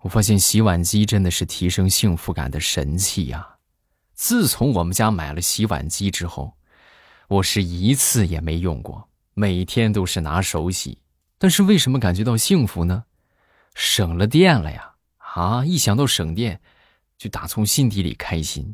我发现洗碗机真的是提升幸福感的神器呀！自从我们家买了洗碗机之后，我是一次也没用过，每天都是拿手洗。但是为什么感觉到幸福呢？省了电了呀！一想到省电，就打从心底里开心。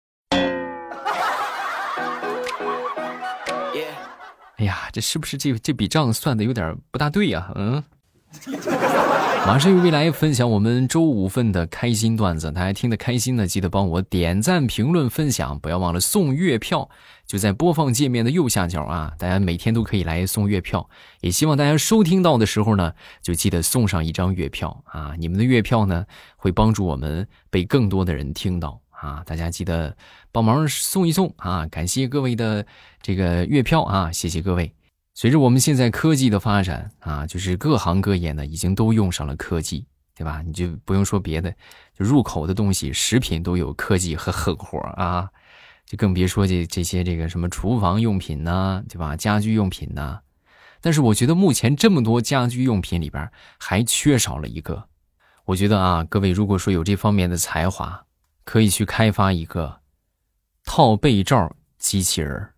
哎呀，这是不是这笔账算的有点不大对呀？马上与未来分享我们周5份的开心段子，大家听得开心的记得帮我点赞、评论、分享，不要忘了送月票，就在播放界面的右下角啊，大家每天都可以来送月票，也希望大家收听到的时候呢，就记得送上一张月票啊，你们的月票呢会帮助我们被更多的人听到啊，大家记得帮忙送一送啊，感谢各位的这个月票啊，谢谢各位。随着我们现在科技的发展啊，就是各行各业呢已经都用上了科技，对吧？你就不用说别的，就入口的东西，食品都有科技和狠活啊，就更别说这些这个什么厨房用品呐，对吧？家居用品呐。但是我觉得目前这么多家居用品里边还缺少了一个，我觉得啊，各位如果说有这方面的才华，可以去开发一个套被罩机器人。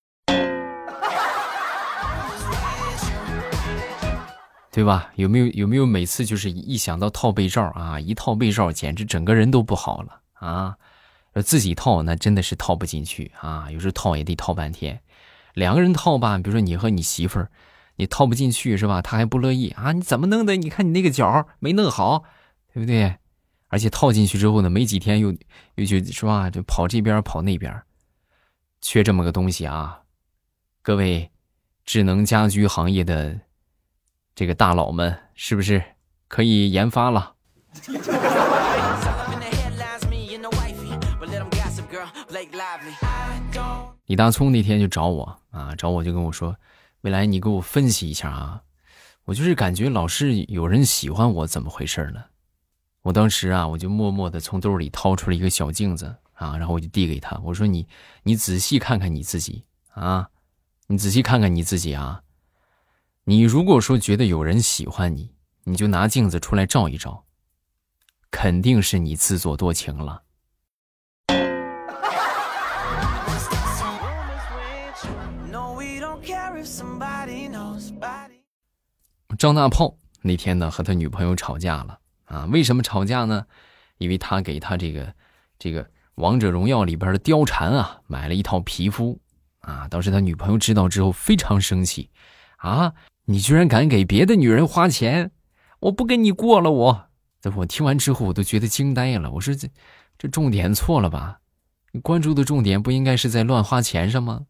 对吧？有没有每次就是一想到套被罩啊，一套被罩简直整个人都不好了啊！自己套那真的是套不进去啊，有时候套也得套半天。两个人套吧，比如说你和你媳妇儿，你套不进去是吧？她还不乐意啊，你怎么弄的？你看你那个角没弄好，对不对？而且套进去之后呢，没几天又就是吧，就跑这边跑那边，缺这么个东西啊！各位智能家居行业的这个大佬们，是不是可以研发了？李大聪那天就找我啊，就跟我说，未来你给我分析一下啊，我就是感觉老是有人喜欢我，怎么回事呢？我当时啊，我就默默地从兜里掏出了一个小镜子啊，然后我就递给他，我说你仔细看看你自己啊，你仔细看看你自己啊。你如果说觉得有人喜欢你，你就拿镜子出来照一照，肯定是你自作多情了。张大炮那天呢和他女朋友吵架了啊，为什么吵架呢？因为他给他这个王者荣耀里边的貂蝉啊买了一套皮肤啊，当时他女朋友知道之后非常生气啊，你居然敢给别的女人花钱，我不跟你过了我听完之后我都觉得惊呆了，我说这重点错了吧，你关注的重点不应该是在乱花钱上吗？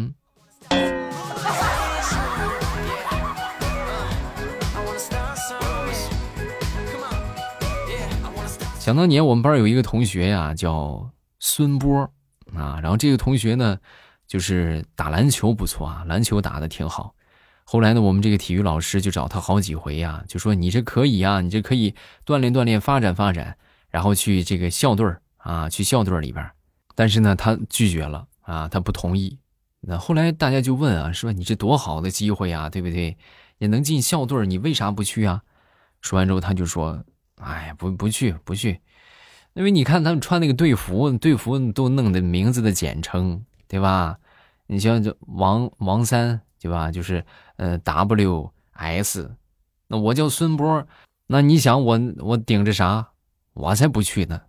想当年我们班有一个同学呀叫孙波啊，然后这个同学呢就是打篮球不错啊，篮球打得挺好。后来呢，我们这个体育老师就找他好几回啊，就说你这可以啊，你这可以锻炼锻炼，发展发展，然后去这个校队啊，去校队里边。但是呢，他拒绝了啊，他不同意。那后来大家就问啊，说你这多好的机会啊，对不对？也能进校队，你为啥不去啊？说完之后他就说，哎，不去，因为你看他们穿那个队服都弄的名字的简称，对吧？你像这王三，对吧？就是WS， 那我叫孙波，那你想我顶着啥？我才不去呢。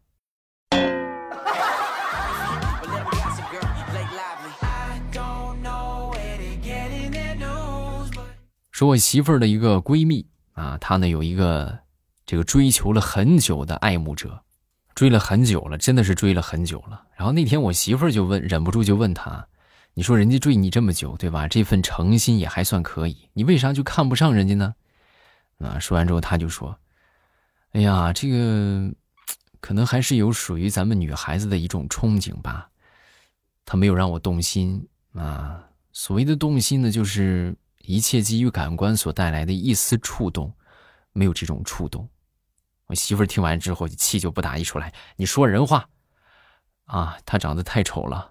说我媳妇儿的一个闺蜜啊，她呢有一个这个追求了很久的爱慕者，追了很久了，真的是追了很久了。然后那天我媳妇儿就忍不住就问她，你说人家追你这么久，对吧？这份诚心也还算可以，你为啥就看不上人家呢？啊，说完之后她就说，哎呀，这个可能还是有属于咱们女孩子的一种憧憬吧。她没有让我动心啊，所谓的动心呢，就是一切基于感官所带来的一丝触动，没有这种触动。我媳妇儿听完之后气就不打一处来，你说人话啊，她长得太丑了。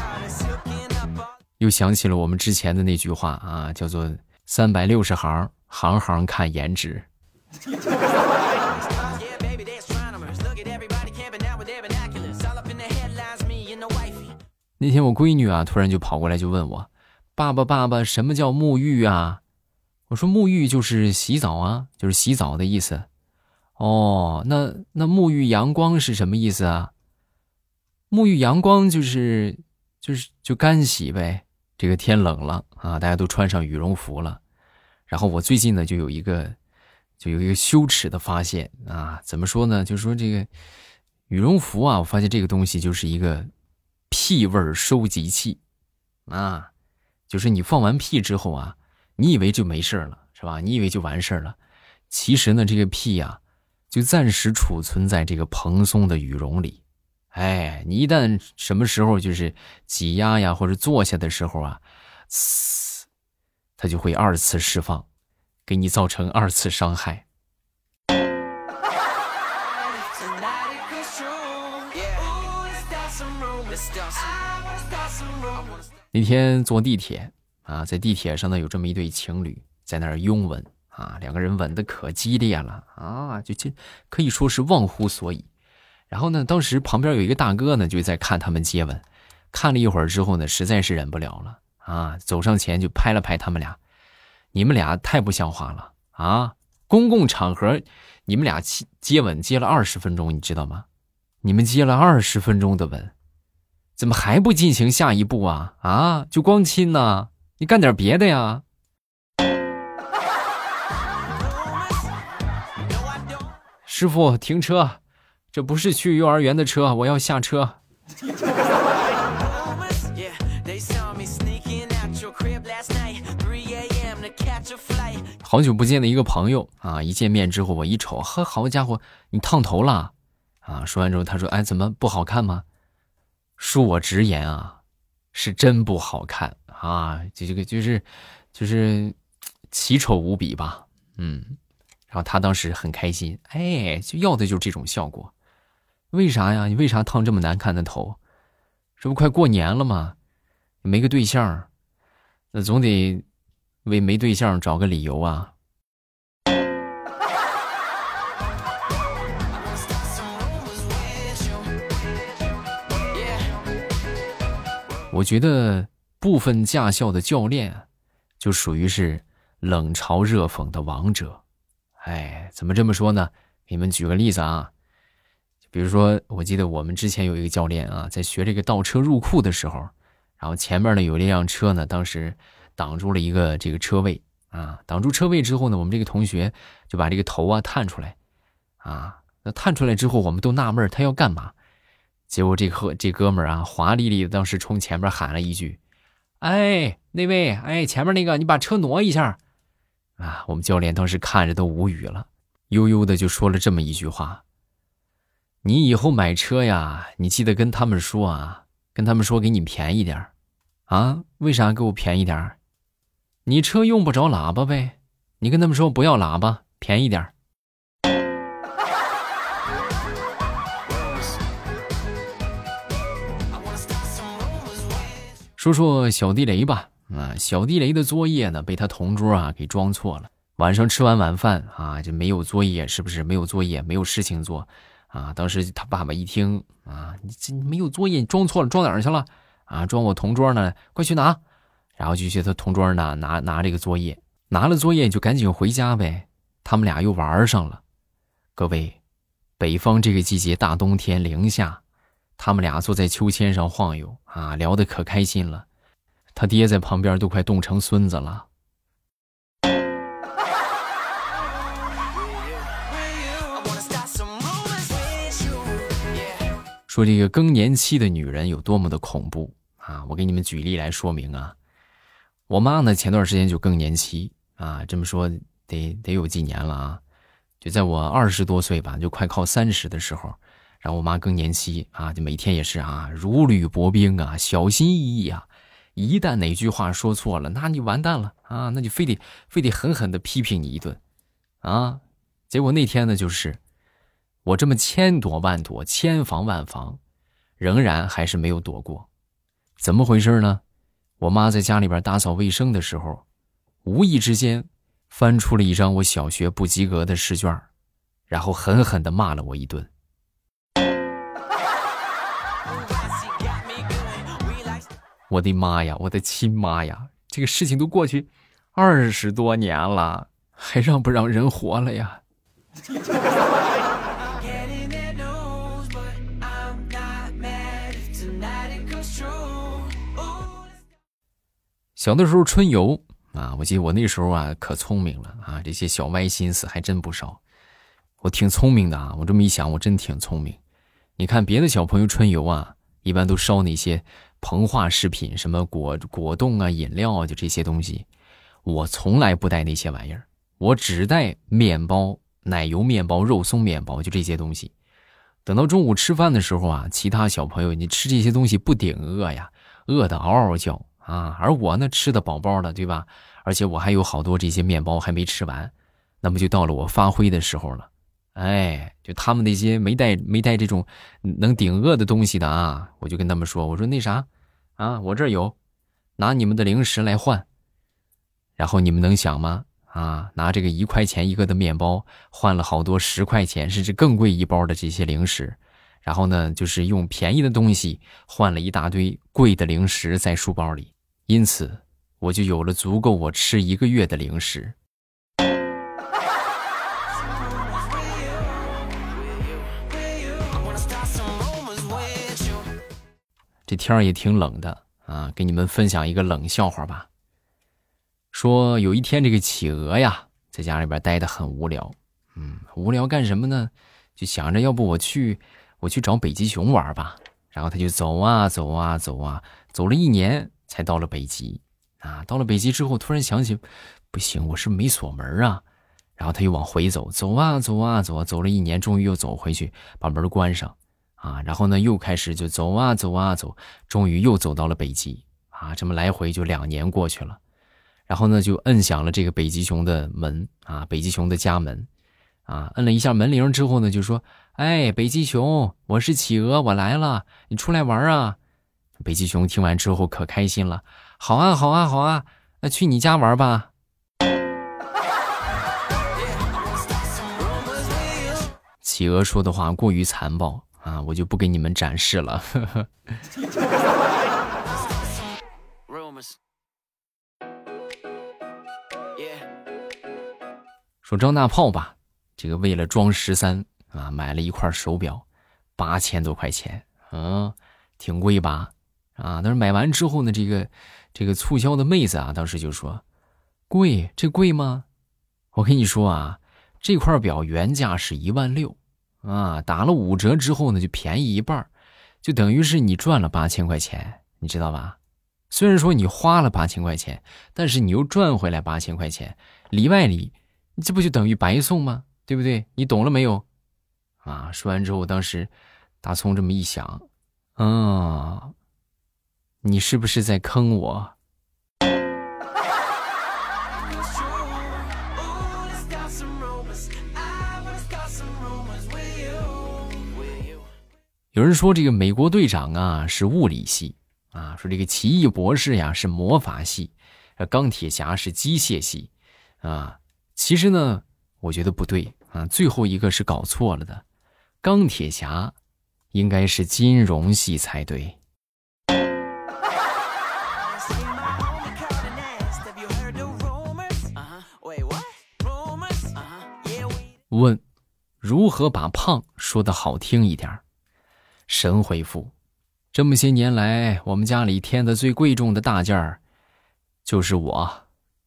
又想起了我们之前的那句话啊，叫做360行行行看颜值。那天我闺女啊，突然就跑过来就问我，爸爸，什么叫沐浴啊？我说沐浴就是洗澡啊，就是洗澡的意思。哦，那沐浴阳光是什么意思啊？沐浴阳光就干洗呗。这个天冷了啊，大家都穿上羽绒服了。然后我最近呢就有一个羞耻的发现啊，怎么说呢？就是说这个羽绒服啊，我发现这个东西就是一个屁味收集器啊，就是你放完屁之后啊，你以为就没事了，是吧？你以为就完事了，其实呢，这个屁啊，就暂时储存在这个蓬松的羽绒里。哎，你一旦什么时候就是挤压呀，或者坐下的时候啊，它就会二次释放，给你造成二次伤害。那天坐地铁啊，在地铁上呢有这么一对情侣在那儿拥吻啊，两个人吻得可激烈了啊，就可以说是忘乎所以。然后呢，当时旁边有一个大哥呢就在看他们接吻，看了一会儿之后呢，实在是忍不了了啊，走上前就拍了拍他们俩，你们俩太不像话了啊！公共场合你们俩接吻接了20分钟，你知道吗？你们接了20分钟的吻，怎么还不进行下一步啊？啊，就光亲呢？你干点别的呀！师傅，停车，这不是去幼儿园的车，我要下车。好久不见的一个朋友啊，一见面之后我一瞅，呵，好家伙，你烫头了啊！说完之后他说，哎，怎么不好看吗？恕我直言啊，是真不好看啊，这个就是奇丑无比吧，然后他当时很开心，哎，就要的就是这种效果。为啥呀？你为啥烫这么难看的头？这不快过年了吗？没个对象，那总得为没对象找个理由啊。我觉得部分驾校的教练就属于是冷嘲热讽的王者。哎，怎么这么说呢？给你们举个例子啊，比如说我记得我们之前有一个教练啊，在学这个倒车入库的时候，然后前面呢有一辆车呢，当时挡住了一个这个车位啊，挡住车位之后呢，我们这个同学就把这个头啊探出来啊，那探出来之后我们都纳闷他要干嘛，结果这哥们儿啊，华丽丽的当时冲前面喊了一句，哎，那位，哎，前面那个你把车挪一下啊，我们教练当时看着都无语了，悠悠的就说了这么一句话，你以后买车呀，你记得跟他们说啊，跟他们说给你便宜点啊，为啥给我便宜点？你车用不着喇叭呗，你跟他们说不要喇叭，便宜点。说说小地雷吧，小地雷的作业呢被他同桌啊给装错了，晚上吃完晚饭啊就没有作业，是不是没有作业，没有事情做啊？当时他爸爸一听啊，你这没有作业，你装错了，装哪儿去了啊？装我同桌呢，快去拿。然后就去他同桌呢拿这个作业，拿了作业就赶紧回家呗。他们俩又玩上了。各位，北方这个季节大冬天零下，他们俩坐在秋千上晃悠啊，聊得可开心了。他爹在旁边都快冻成孙子了。说这个更年期的女人有多么的恐怖啊！我给你们举例来说明啊。我妈呢前段时间就更年期啊，这么说得有几年了啊，就在我20多岁吧，就快靠30的时候，然后我妈更年期啊，就每天也是啊如履薄冰啊，小心翼翼啊，一旦哪句话说错了，那你完蛋了啊，那就非得狠狠的批评你一顿啊。结果那天呢，就是我这么千躲万躲，千防万防，仍然还是没有躲过。怎么回事呢？我妈在家里边打扫卫生的时候，无意之间翻出了一张我小学不及格的试卷，然后狠狠地骂了我一顿。我的妈呀，我的亲妈呀，这个事情都过去20多年了，还让不让人活了呀？小的时候春游啊，我记得我那时候啊可聪明了啊，这些小歪心思还真不少。我挺聪明的啊，我这么一想，我真挺聪明。你看别的小朋友春游啊，一般都烧那些膨化食品，什么果冻啊、饮料啊，就这些东西。我从来不带那些玩意儿，我只带面包、奶油面包、肉松面包，就这些东西。等到中午吃饭的时候啊，其他小朋友你吃这些东西不顶饿呀，饿得嗷嗷叫啊，而我呢吃得饱饱的，对吧？而且我还有好多这些面包还没吃完，那么就到了我发挥的时候了。哎，就他们那些没带这种能顶饿的东西的啊，我就跟他们说，我说那啥啊，我这儿有，拿你们的零食来换。然后你们能想吗？啊，拿这个1块钱一个的面包换了好多10块钱甚至更贵一包的这些零食，然后呢就是用便宜的东西换了一大堆贵的零食在书包里，因此我就有了足够我吃1个月的零食。这天儿也挺冷的啊，给你们分享一个冷笑话吧。说有一天这个企鹅呀，在家里边待得很无聊，无聊干什么呢？就想着要不我去找北极熊玩吧。然后他就走啊走啊走啊，走了1年才到了北极啊。到了北极之后，突然想起，不行，我是没锁门啊。然后他又往回走，走啊走啊走啊，走了1年，终于又走回去，把门关上啊。然后呢，又开始就走啊走啊走，终于又走到了北极啊。这么来回就2年过去了。然后呢，就摁响了这个北极熊的门啊，北极熊的家门啊，摁了一下门铃之后呢，就说：“哎，北极熊，我是企鹅，我来了，你出来玩啊！”北极熊听完之后可开心了，好啊，好啊，好啊，那去你家玩吧。企鹅说的话过于残暴啊，我就不给你们展示了。说张大炮吧，这个为了装13啊，买了一块手表，8000多块钱，挺贵吧？啊，但是买完之后呢，这个促销的妹子啊，当时就说：“贵，这贵吗？我跟你说啊，这块表原价是16000啊，打了5折之后呢，就便宜一半，就等于是你赚了8000块钱，你知道吧？虽然说你花了8000块钱，但是你又赚回来8000块钱，里外里。”这不就等于白送吗？对不对？你懂了没有？啊！说完之后，当时大葱这么一想，你是不是在坑我？有人说这个美国队长啊是物理系啊，说这个奇异博士呀是魔法系，钢铁侠是机械系啊。其实呢，我觉得不对啊，最后一个是搞错了的，钢铁侠应该是金融系才对。问：如何把胖说得好听一点？神回复：这么些年来，我们家里添的最贵重的大件儿，就是我。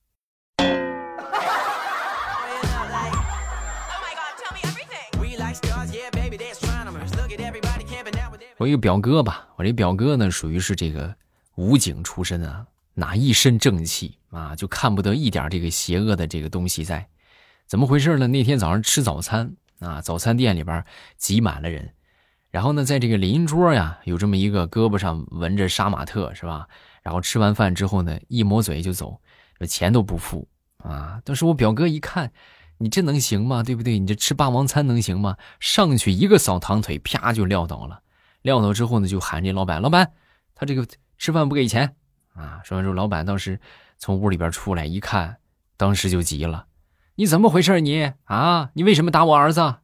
我一个表哥吧，我这表哥呢属于是这个武警出身啊，哪一身正气啊，就看不得一点这个邪恶的这个东西在。怎么回事呢？那天早上吃早餐啊，早餐店里边挤满了人，然后呢，在这个邻桌呀，有这么一个胳膊上纹着杀马特是吧？然后吃完饭之后呢，一抹嘴就走，钱都不付啊。但是我表哥一看，你这能行吗？对不对？你这吃霸王餐能行吗？上去一个扫堂腿，啪就撂倒了。撂倒之后呢，就喊这老板，老板，他这个吃饭不给钱啊！说完之后，老板当时从屋里边出来一看，当时就急了你怎么回事你啊？你为什么打我儿子？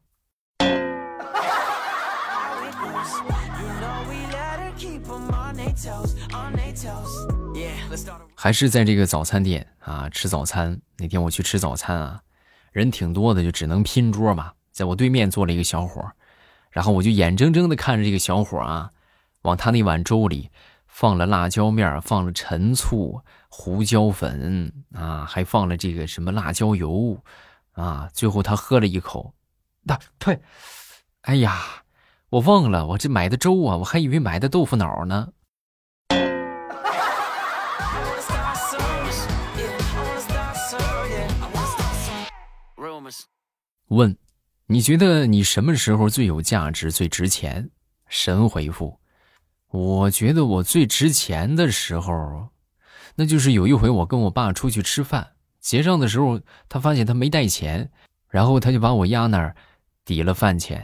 还是在这个早餐店啊吃早餐。那天我去吃早餐啊，人挺多的，就只能拼桌嘛。在我对面坐了一个小伙，然后我就眼睁睁地看着这个小伙啊，往他那碗粥里放了辣椒面，放了陈醋、胡椒粉啊，还放了这个什么辣椒油啊。最后他喝了一口，呸！哎呀，我忘了，我这买的粥啊，我还以为买的豆腐脑呢。问，你觉得你什么时候最有价值、最值钱？神回复，我觉得我最值钱的时候，那就是有一回我跟我爸出去吃饭，结账的时候他发现他没带钱，然后他就把我压那儿抵了饭钱。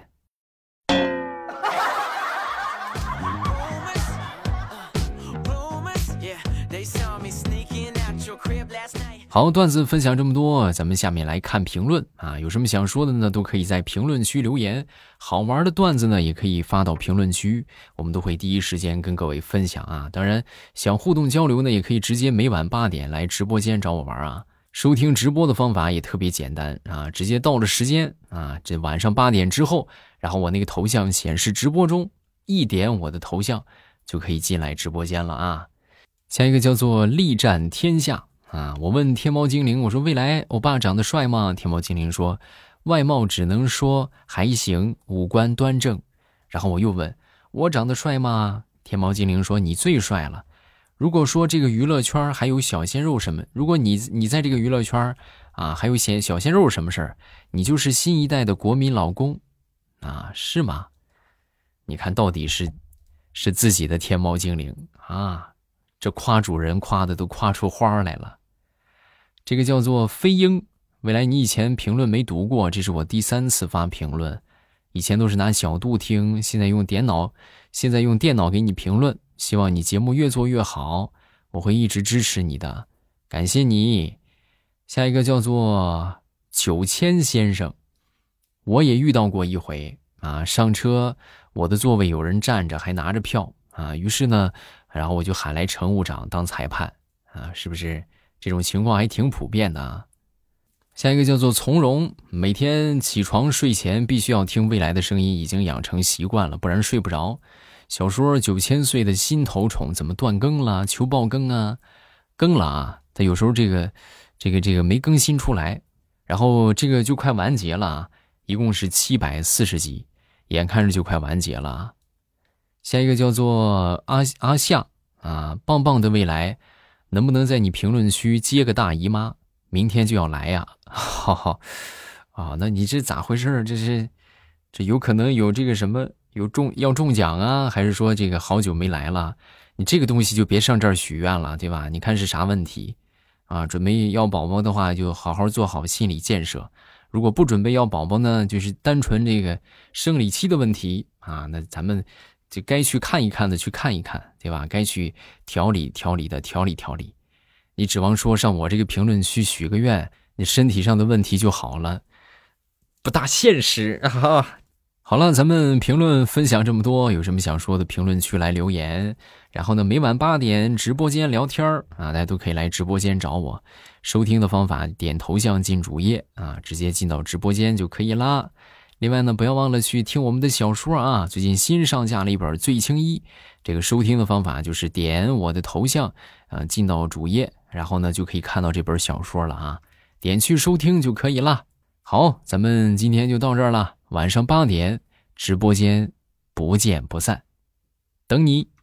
好，段子分享这么多，咱们下面来看评论啊，有什么想说的呢，都可以在评论区留言，好玩的段子呢也可以发到评论区，我们都会第一时间跟各位分享啊。当然想互动交流呢，也可以直接每晚8点来直播间找我玩啊。收听直播的方法也特别简单啊，直接到了时间啊，这晚上8点之后，然后我那个头像显示直播中，一点我的头像就可以进来直播间了啊。下一个叫做力战天下啊，我问天猫精灵，我说未来欧巴长得帅吗？天猫精灵说外貌只能说还行，五官端正。然后我又问我长得帅吗？天猫精灵说你最帅了。如果说这个娱乐圈还有小鲜肉什么，如果你在这个娱乐圈啊还有小鲜肉什么事儿，你就是新一代的国民老公啊，是吗？你看到底是自己的天猫精灵啊，这夸主人夸的都夸出花来了。这个叫做飞鹰，未来你以前评论没读过，这是我第3次发评论，以前都是拿小度听，现在用电脑给你评论，希望你节目越做越好，我会一直支持你的，感谢你。下一个叫做9000先生，我也遇到过一回啊，上车我的座位有人站着还拿着票啊，于是呢然后我就喊来乘务长当裁判啊，是不是这种情况还挺普遍的啊？下一个叫做从容，每天起床睡前必须要听未来的声音，已经养成习惯了，不然睡不着。小说9000岁的心头宠怎么断更了？求爆更啊！更了啊，他有时候这个没更新出来，然后这个就快完结了啊，一共是740集，眼看着就快完结了啊。下一个叫做阿夏啊，棒棒的未来，能不能在你评论区接个大姨妈？明天就要来呀！哈哈啊，那你这咋回事？这有可能有这个什么要中奖啊？还是说这个好久没来了？你这个东西就别上这儿许愿了，对吧？你看是啥问题啊？准备要宝宝的话，就好好做好心理建设。如果不准备要宝宝呢，就是单纯这个生理期的问题啊，那咱们就该去看一看的去看一看，对吧？该去调理的调理。你指望说上我这个评论区许个愿，你身体上的问题就好了，不大现实啊。好了，咱们评论分享这么多，有什么想说的评论区来留言。然后呢，每晚8点直播间聊天啊，大家都可以来直播间找我。收听的方法，点头像进主页啊，直接进到直播间就可以啦。另外呢，不要忘了去听我们的小说啊，最近新上架了一本《醉青衣》。这个收听的方法就是点我的头像进到主页，然后呢就可以看到这本小说了啊，点去收听就可以了。好，咱们今天就到这儿了，晚上8点直播间不见不散，等你。